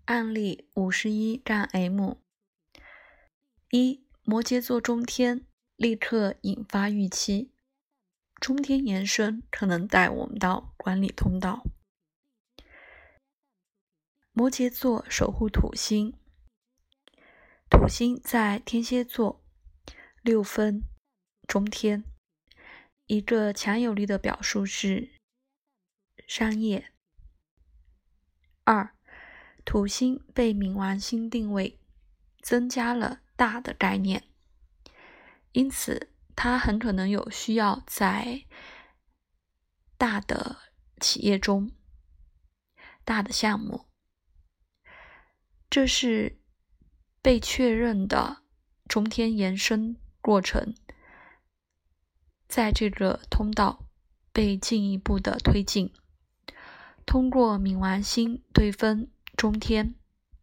案例51占 M。 一、摩羯座中天立刻引发预期，中天延伸可能带我们到管理通道。摩羯座守护土星，土星在天蝎座6分中天，一个强有力的表述是商业。二、土星被冥王星定位，增加了大的概念，因此它很可能有需要在大的企业中、大的项目。这是被确认的中天延伸过程，在这个通道被进一步的推进，通过冥王星对分中天。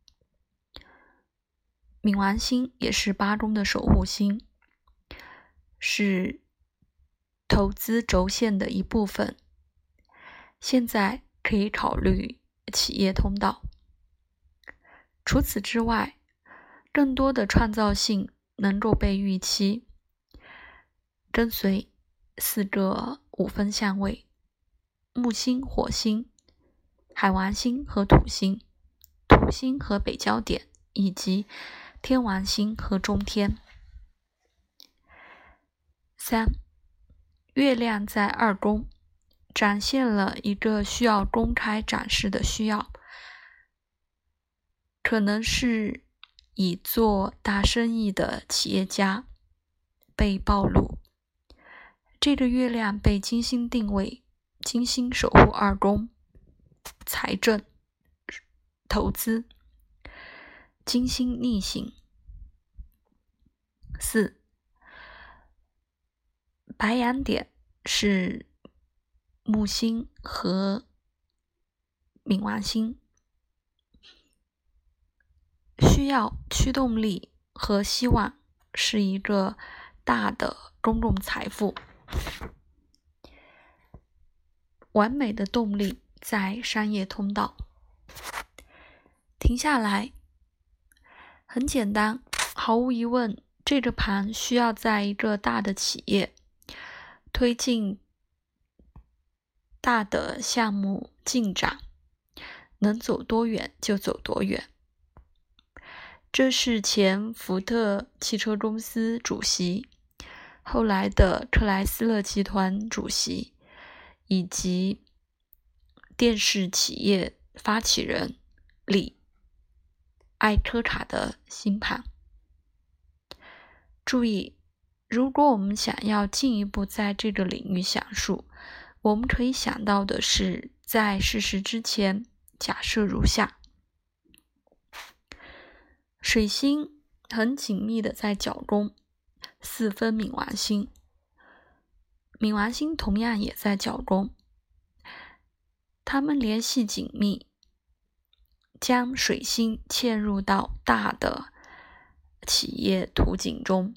冥王星也是8宫的守护星，是投资轴线的一部分，现在可以考虑企业通道。除此之外，更多的创造性能够被预期，跟随4个5分相位：木星、火星、海王星和土星，土星和北交点，以及天王星和中天。3、月亮在2宫，展现了一个需要公开展示的需要，可能是以做大生意的企业家被暴露。这个月亮被金星定位，金星守护2宫，财政、投资，金星逆行。4、白羊点是木星和冥王星，需要驱动力和希望是一个大的公共财富。完美的动力在商业通道。停下来，很简单，毫无疑问，这个盘需要在一个大的企业推进大的项目进展，能走多远就走多远。这是前福特汽车公司主席，后来的克莱斯勒集团主席，以及电视企业发起人李艾科卡的星盘。注意，如果我们想要进一步在这个领域讲述，我们可以想到的是，在事实之前，假设如下：水星很紧密的在角宫4分冥王星，冥王星同样也在角宫，它们联系紧密，将水星嵌入到大的企业图景中。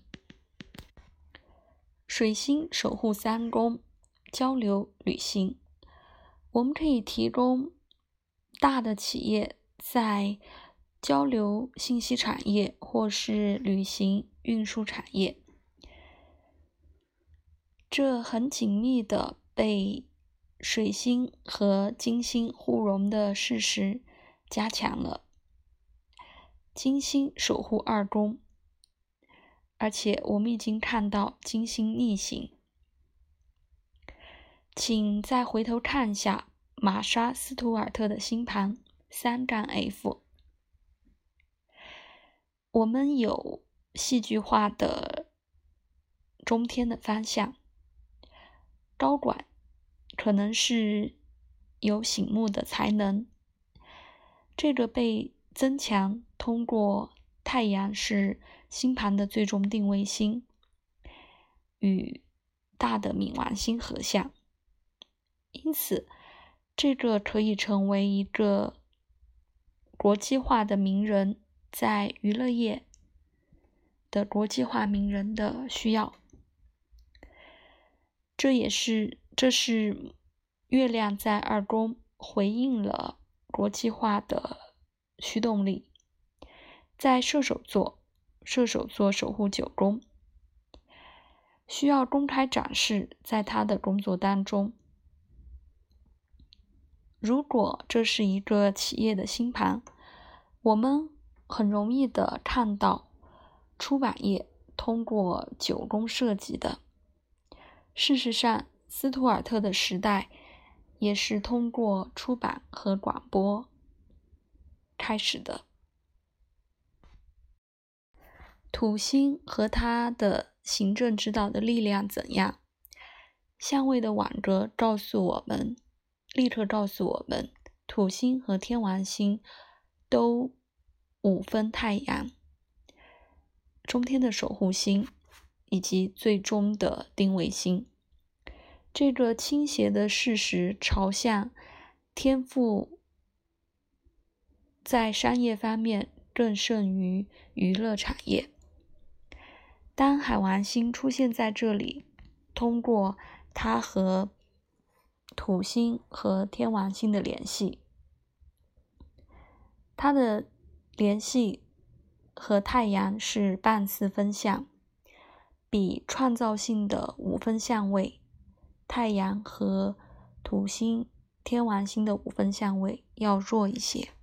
水星守护3宫，交流、旅行，我们可以提供大的企业在交流信息产业或是旅行运输产业，这很紧密的被水星和金星互融的事实加强了。金星守护2宫，而且我们已经看到金星逆行。请再回头看一下玛莎·斯图尔特的星盘 3-F。 我们有戏剧化的中天的方向，高管可能是有醒目的才能，这个被增强通过太阳是星盘的最终定位星，与大的冥王星合相，因此这个可以成为一个国际化的名人，在娱乐业的国际化名人的需要。这是月亮在2宫回应了国际化的驱动力。在射手座，射手座守护9宫，需要公开展示在他的工作当中。如果这是一个企业的星盘，我们很容易的看到出版业通过9宫设计的。事实上，斯图尔特的时代也是通过出版和广播开始的。土星和它的行政指导的力量怎样？相位的网格立刻告诉我们，土星和天王星都5分太阳，中天的守护星以及最终的定位星。这个倾斜的事实朝向天赋在商业方面更胜于娱乐产业。当海王星出现在这里，通过它和土星和天王星的联系，它的联系和太阳是半四分相，比创造性的5分相位，太阳和土星、天王星的5分相位要弱一些。